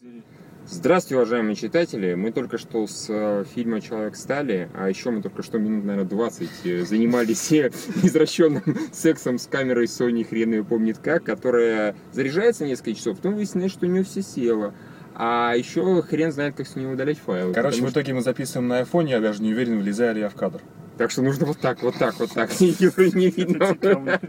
Здравствуйте, уважаемые читатели. Мы только что с фильма «Человек стали», а еще мы только что минут, наверное, 20 занимались извращенным сексом с камерой Sony, хрен ее помнит как, которая заряжается несколько часов, потом выясняется, что у нее все село. А еще хрен знает, как с нее удалять файлы. Короче, в итоге мы записываем на айфоне, я даже не уверен, влезаю ли я в кадр. Так что нужно вот так. Юры не видно.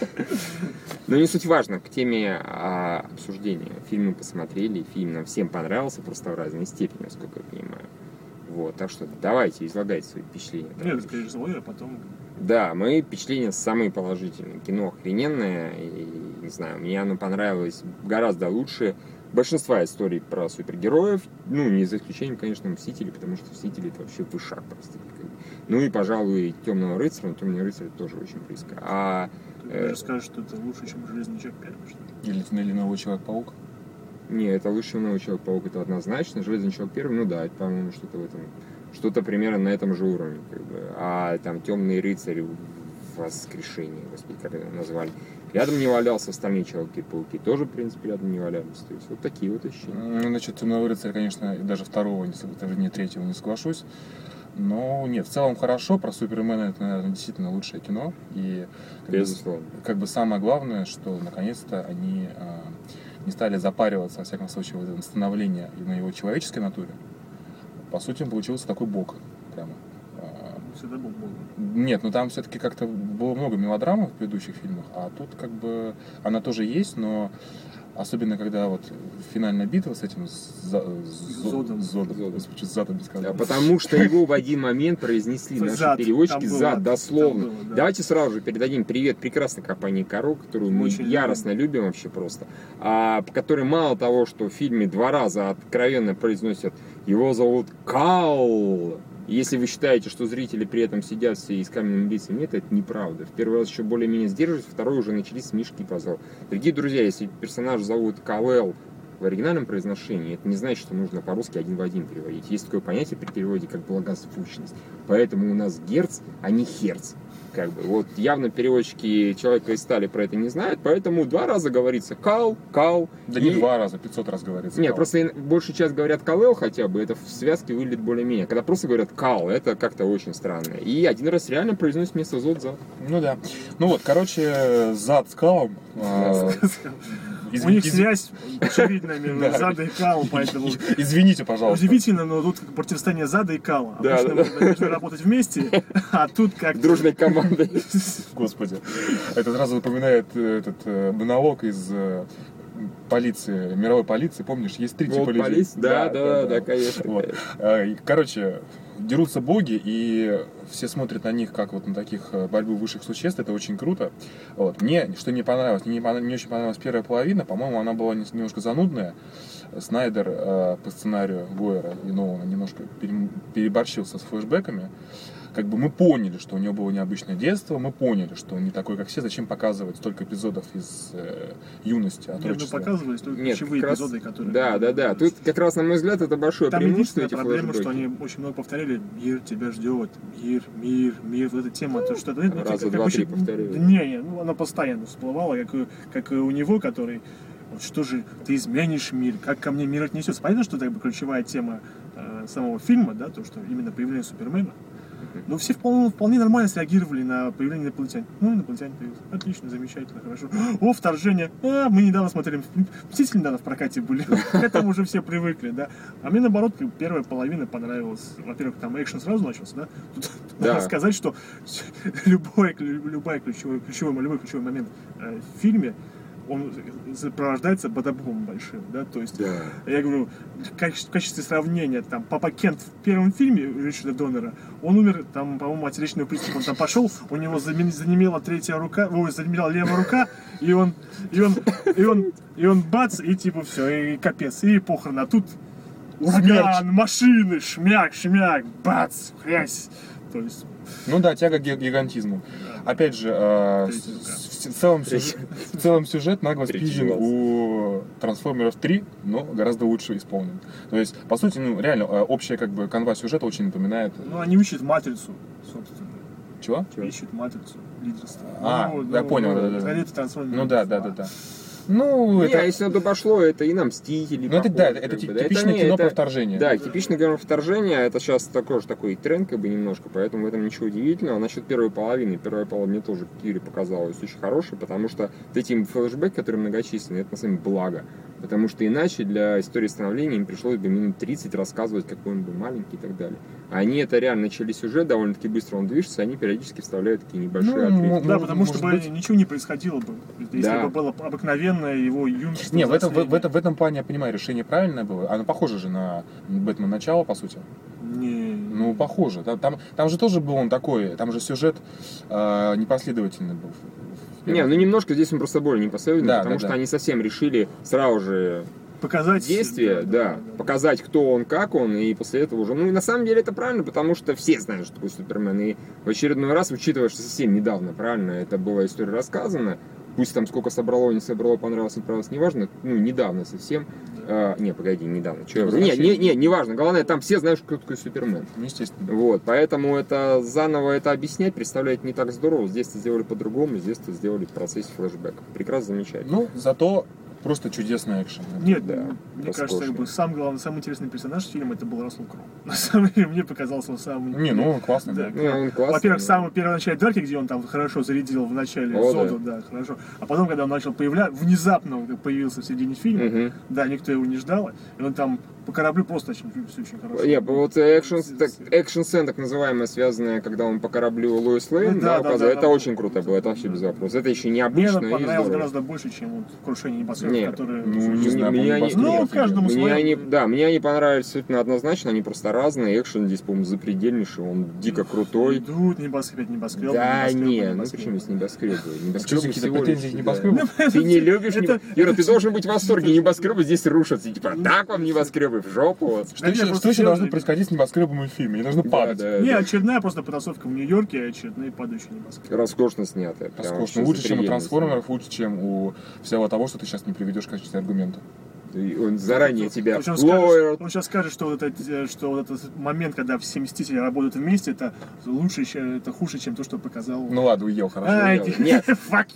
Но не суть важно, к теме обсуждения. Фильм мы посмотрели, фильм нам всем понравился, просто в разной степени, насколько я понимаю. Вот, так что давайте, излагайте свои впечатления. Нет, скажи свой, а потом... Да, мои впечатления самые положительные. Кино охрененное, и, не знаю, мне оно понравилось гораздо лучше большинства историй про супергероев. Ну, не за исключением, конечно, Мстителей, потому что Мстители — это вообще высшак просто. Ну и, пожалуй, Темного рыцаря, но Темный рыцарь тоже очень близко. Ты даже скажешь, что это лучше, чем Железный человек первый, что ли? Или новый Человек-паук? Не, это лучше, чем новый Человек-паук, это однозначно. Железный человек первый, ну да, это, по-моему, что-то в этом, что-то примерно на этом же уровне, как бы. А там Темный рыцарь в воскрешении, господи, как это назвали, рядом не валялся, остальные Человеки-пауки тоже, в принципе, рядом не валялись. То есть вот такие вот ощущения. Ну, значит, Темного рыцаря, конечно, даже второго, даже не третьего не соглашусь. Но нет, в целом хорошо. Про Супермена это, наверное, действительно лучшее кино. И как бы самое главное, что наконец-то они не стали запариваться, во всяком случае, в этом становлении на его человеческой натуре. По сути, получился такой бог прямо. Всегда был бог. Нет, ну там все-таки как-то было много мелодрамы в предыдущих фильмах, а тут как бы она тоже есть, но особенно когда вот финальная битва с этим Зодом. Господи, задом без сказать. Да, потому что его в один момент произнесли наши переводчики «зад», дословно. Да. Давайте сразу же передадим привет прекрасной компании «Каро», которую мы яростно любим вообще просто. Который мало того, что в фильме 2 раза откровенно произносят «его зовут Кал». Если вы считаете, что зрители при этом сидят все и с каменными лицами, нет, это неправда. В первый раз еще более-менее сдерживались, второй уже начались смешки по залу. Дорогие друзья, если персонаж зовут Кал в оригинальном произношении, это не значит, что нужно по-русски один в один переводить. Есть такое понятие при переводе, как благозвучность. Поэтому у нас герц, а не херц. Как бы. Вот явно переводчики «Человека из стали» про это не знают, поэтому 2 раза говорится «кал», «кал». Да не 2 раза, 500 раз говорится. Нет, просто большую часть говорят «калэл» хотя бы, это в связке выглядит более-менее. Когда просто говорят «кал», это как-то очень странно. И один раз реально произносит вместо «зод» «зад». Ну да. Ну вот, короче, «зад» с «калом». У них связь очевидная между Зада и Калом, поэтому... Извините, пожалуйста. Удивительно, но тут противостояние Зада и Кала. Обычно мы должны работать вместе, а тут как... Дружной командой. Господи. Это сразу напоминает этот монолог из полиции, мировой полиции, помнишь? Есть 3 типа людей. Да, конечно. Вот. Короче, дерутся боги, и все смотрят на них как вот на таких борьбу высших существ. Это очень круто. Вот. Мне, что не понравилось, не очень понравилась первая половина. По-моему, она была немножко занудная. Снайдер по сценарию Гойера и Нолана немножко переборщился с флешбэками. Как бы мы поняли, что у него было необычное детство, мы поняли, что он не такой, как все. Зачем показывать столько эпизодов из юности, отрочества? Показывались только ключевые эпизоды, которые... Да. Тут как раз, на мой взгляд, это большое преимущество этих флешбэков. Проблема, что они очень много повторяли «Мир тебя ждет», «Мир». Вот эта тема, то что... Раза 2-3 повторили. Не, она постоянно всплывала, как и у него, который... Вот что же ты изменишь мир, как ко мне мир отнесется. Понятно, что это ключевая тема самого фильма, да, то, что именно появление Супермена. Но все вполне нормально среагировали на появление инопланетян. Инопланетяне появились. Отлично, замечательно, хорошо. О, вторжение. Мы недавно смотрели. Мстители недавно в прокате были. К этому уже все привыкли, да. А мне, наоборот, первая половина понравилась. Во-первых, там экшен сразу начался, да. Тут надо сказать, что любой ключевой момент в фильме, он сопровождается бадабумом большим, да, то есть, я говорю, в качестве сравнения, там, Папа Кент в первом фильме Ричарда Доннера, он умер, там, по-моему, от сердечного приступа, он там пошел, у него занемела занемела левая рука, и он бац, и типа все, и капец, и похороны, а тут ураган, машины, шмяк, бац, хрясь, то есть... Ну да, тяга к гигантизму. Опять же, в целом сюжет нагло спизжен у Трансформеров 3, но гораздо лучше исполнен. То есть, по сути, реально, общая как бы канва сюжета очень напоминает... они ищут матрицу, собственно. Чего? Ищут матрицу лидерства. Я понял, да. Это Трансформеры. Да. Ну, не, если оно пошло, это и на Мстители. Ну, это да, это типичное кино про вторжение. Да, типичное кино вторжения, это сейчас такой тренд, как бы, немножко, поэтому в этом ничего удивительного. Насчет первой половины мне тоже, как Юре показалось, очень хороший, потому что эти флешбеки, которые многочисленные, это на самом деле благо. Потому что иначе для истории становления им пришлось бы минут 30 рассказывать, какой он был маленький и так далее. Они это реально начали сюжет, довольно-таки быстро он движется, они периодически вставляют такие небольшие отрывки. Да, потому что ничего не происходило бы, если бы было обыкновенное его юношество. Не, в этом плане я понимаю, решение правильное было. Оно похоже же на «Бэтмен. Начало», по сути. Не. Ну, похоже. Там же тоже был он такой, там же сюжет непоследовательный был. Не, ну немножко здесь он просто более непоследовательный, потому что они совсем решили сразу же показать действие, да, показать, кто он, как он, и после этого уже... Ну, и на самом деле это правильно, потому что все знают, что такое Супермен, и в очередной раз, учитывая, что совсем недавно, правильно, это была история рассказана, пусть там сколько собрало, не собрало, понравилось, не понравилось, неважно, ну, недавно совсем. Недавно. Неважно. Главное, там все знают, кто такой Супермен. Естественно. Вот, поэтому это заново это объяснять, представлять не так здорово. Здесь это сделали по-другому, здесь это сделали в процессе флешбэка. Прекрасно, замечательно. Ну, зато просто чудесный экшен. Нет, да, мне кажется, самый интересный персонаж фильма это был Рассел Кроу. На самом деле, мне показался он самый... он классный. Да. Он классный. Во-первых, в самом первом начале драки, где он там хорошо зарядил в начале Зоду, да, хорошо. А потом, когда он начал появляться, внезапно появился в середине фильма, да, никто его не ждал, и он там по кораблю просто все очень хорошо. Нет, вот экшн-сцена, так называемая, связанная, когда он по кораблю Лоис Лейн, это очень круто было, это вообще без вопросов. Это еще необычно. Мне понравилось гораздо больше, чем вот «Крушение небоскреба», которые... каждому свое. Да, мне они понравились абсолютно однозначно, они просто разные. Экшен здесь, по-моему, запредельнейший, он дико крутой. Идут небоскреб. Да, не, почему с небоскребы? Небоскребы всего лишь. Ты не любишь небоскребы? Юра, ты должен быть в восторге, небоскребы здесь рушатся. Типа, так вам небоскребы, в жопу. Что еще должно происходить с небоскребами в фильме? Они должны падать. Не, очередная просто потасовка в Нью-Йорке, очередные падающие небоскребы. Роскошно снятая. Роскошно. Лучше, чем у «Трансформеров», лучше, чем у всего того, что ты сейчас не приведешь в качестве аргумента. Он заранее тебя... Он сейчас скажет, что вот этот момент, когда все Мстители работают вместе, это лучше, это хуже, чем то, что показал... Ну ладно, уел, хорошо. Нет. Fuck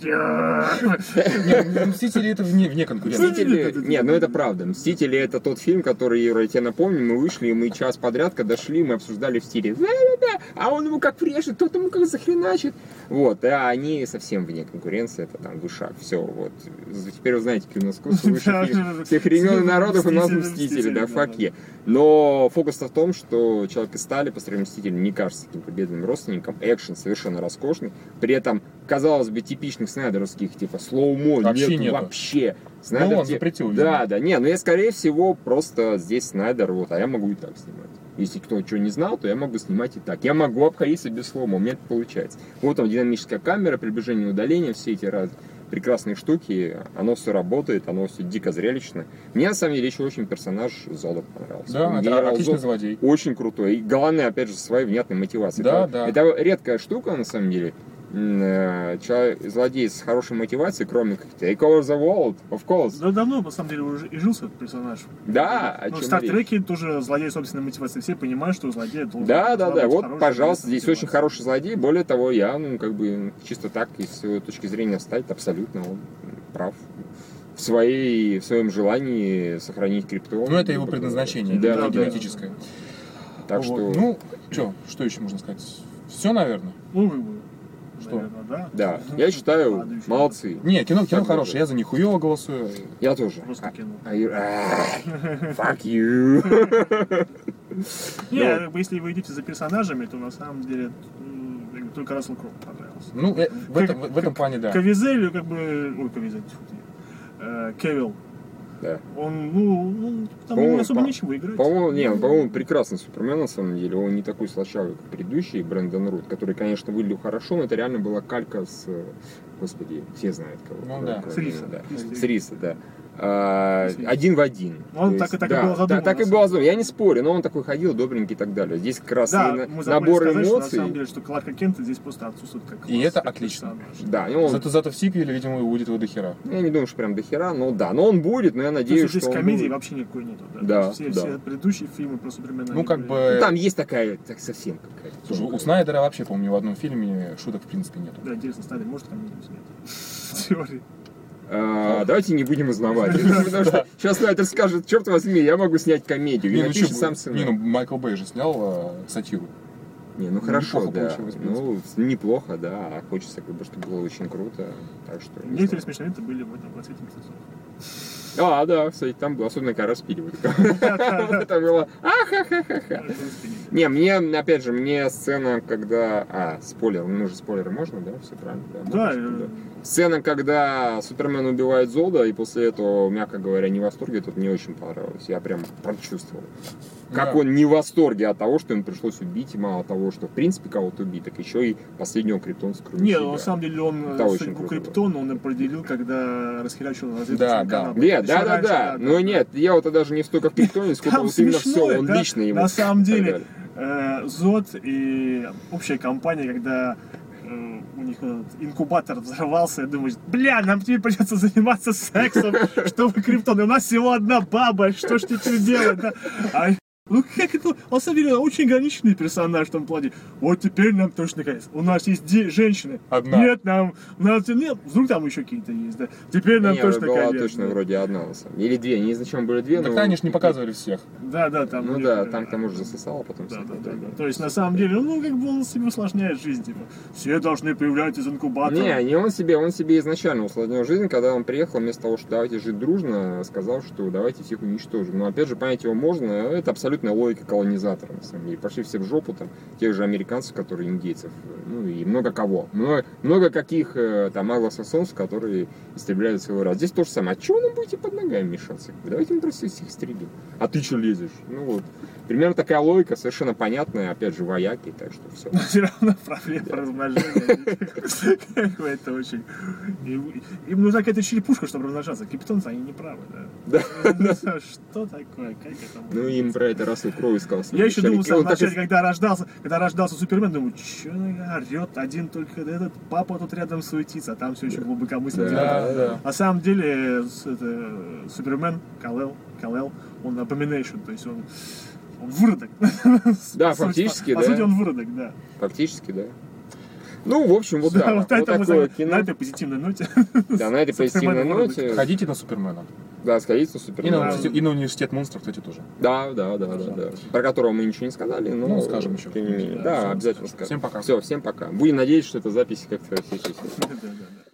you! Мстители это вне конкуренции. Нет, ну это правда. Мстители это тот фильм, который, Юра, я тебе напомню, мы вышли, и мы час подряд, когда шли, мы обсуждали в стиле а он ему как врежет, тот ему как захреначит. Вот, а они совсем вне конкуренции, это там душа, все, вот. Теперь вы знаете, какие у нас вкусы выше всех времен и народов, у нас Мстители, да, факи. Но фокус-то в том, что Человек из стали по сравнению с Мстителем не кажется каким-то бедным родственником, экшен совершенно роскошный, при этом, казалось бы, типичных снайдеровских, типа, слоумо нет вообще. Снайдер, он запретил. Да, ну я, скорее всего, просто здесь Снайдер, вот, а я могу и так снимать. Если кто что не знал, то я могу снимать и так. Я могу обходиться без слома, у меня это получается. Вот там динамическая камера, приближение и удаление, все эти прекрасные штуки, оно все работает, оно все дико зрелищно. Мне, на самом деле, еще очень персонаж Зодов понравился. Да, это отличный злодей. Очень крутой. И главное, опять же, своей внятной мотивацией. Да. Это редкая штука, на самом деле. Злодей с хорошей мотивацией, кроме как Take over the world, of course. Да, давно, на самом деле, уже и жился этот персонаж. Да, в Стартреке тоже злодей собственной мотивацией. Все понимают, что злодей должен быть вот, пожалуйста, здесь очень хороший злодей. Более того, я, чисто так, с его точки зрения встать, абсолютно он прав. В своем желании сохранить Криптон. Ну, это его предназначение, генетическое. Так что... Ну, что еще можно сказать? Все, наверное. Что? Наверное, да. Я считаю, молодцы. Не, кино хорошее, я за нихуево голосую. Я тоже. Просто кино. Fuck you. Не, если вы идете за персонажами, то на самом деле только Рассел Кроу понравился. Ну, в этом плане, да. Кавизель, Кевилл. Да. Он там особо нечего играть. По-моему, прекрасный Супермен, на самом деле. Он не такой слащавый, как предыдущий Брэндон Рут, который, конечно, выглядел хорошо, но это реально была калька с... Господи, все знают кого. Ну да. С Риса, да. Один в один. Он так и было задумано. Так и было задумано. Я не спорю, но он такой ходил, добренький и так далее. Здесь как раз набор эмоций. Что, на самом деле, что Кларка Кента здесь просто отсутствует как и это отлично. Да, зато в сиквеле, видимо, будет его дохера. Я не думаю, что прям дохера, но он будет, но я надеюсь, что здесь комедии вообще никакой нету. Да. Все предыдущие фильмы про Супермена. Ну, как бы... Там есть такая, совсем какая-то. Слушай, у Снайдера вообще, помню, в одном фильме шуток в принципе нету. Да, интересно, Снайдер может комедию снять? В теории. давайте не будем узнавать. Потому что сейчас Снайдер скажет, черт возьми, я могу снять комедию. И напишет сам сценарий. Не, ну Майкл Бэй же снял сатиру. Не, ну хорошо, да. Ну, неплохо, да. Хочется, как бы, чтобы было очень круто. Так что. Некоторые смешные моменты были в этом «Расцвете мертвецов». Да, кстати, там было, особенно когда распиливали. Это было ахахахаха. Не, мне, опять же, мне сцена, когда... спойлер, ну же спойлеры можно, да? Все правильно? Да. Сцена, когда Супермен убивает Зода, и после этого, мягко говоря, не в восторге, тут мне очень понравилось. Я прям прочувствовал. Как он не в восторге от того, что ему пришлось убить, и мало того, что в принципе кого-то убить, так еще и последнего криптонского. Нет, на самом деле он судьбу Криптона он определил, когда расхерачил разведывательный канал. Да. Но нет, я вот даже не столько в Криптоне, сколько вот именно все, он лично ему. На самом деле, Зод и общая компания, когда у них инкубатор взорвался, я думаю, бля, нам теперь придется заниматься сексом, чтобы Криптон, у нас всего одна баба, что ж теперь делать, да? Ну как это, он самом деле очень ограниченный персонаж в том плане. Вот теперь нам точно конец. У нас есть женщины. Одна. Нет, нет, вдруг там еще какие-то есть, да. Теперь нам точно была конец. Точно вроде одна, на самом деле. Или две, не знаю, зачем были две. Да, конечно, не показывали всех. Да, там. Ну да, там к тому же засосало потом. Да. То есть, на самом деле, как бы он себе усложняет жизнь, типа. Все должны появляться из инкубатора. Не он себе изначально усложнил жизнь, когда он приехал, вместо того, что давайте жить дружно, сказал, что давайте всех уничтожим. Но опять же, понять его можно, это абсолютная логика колонизатора, на самом деле. Пошли все в жопу, там, тех же американцев, которые индейцев, ну и много кого. Много каких там англосаксонцев, которые истребляют свой раз. Здесь то же самое. А чего вы будете под ногами мешаться? Давайте мы просто всех истребим. А ты что лезешь? Ну вот. Примерно такая логика, совершенно понятная, опять же, вояки, так что все. Но все равно проблема размножения. Это очень... Им нужна какая-то черепушка, чтобы размножаться. Криптонцы, они не правы, да? Что такое? Как это? Ну, им про это Рассел Кроу сказал. Я еще думал, вначале, когда рождался Супермен, думаю, что орет, один только этот папа тут рядом суетится, а там все еще глубокомысленно. Да. На самом деле, Супермен, Кал-El, он abomination, то есть он выродок. Да, фактически, да. По сути, он выродок, да. Фактически, да. Ну, в общем, вот да. Вот такое кино. На этой позитивной ноте. Да, на этой позитивной ноте. Ходите на Супермена. Да, сходите на Супермена. И на университет монстров, кстати, тоже. Да. Про которого мы ничего не сказали, но скажем еще. Тем не менее. Да, обязательно скажем. Всем пока. Все, всем пока. Будем надеяться, что эта запись как-то все. Да.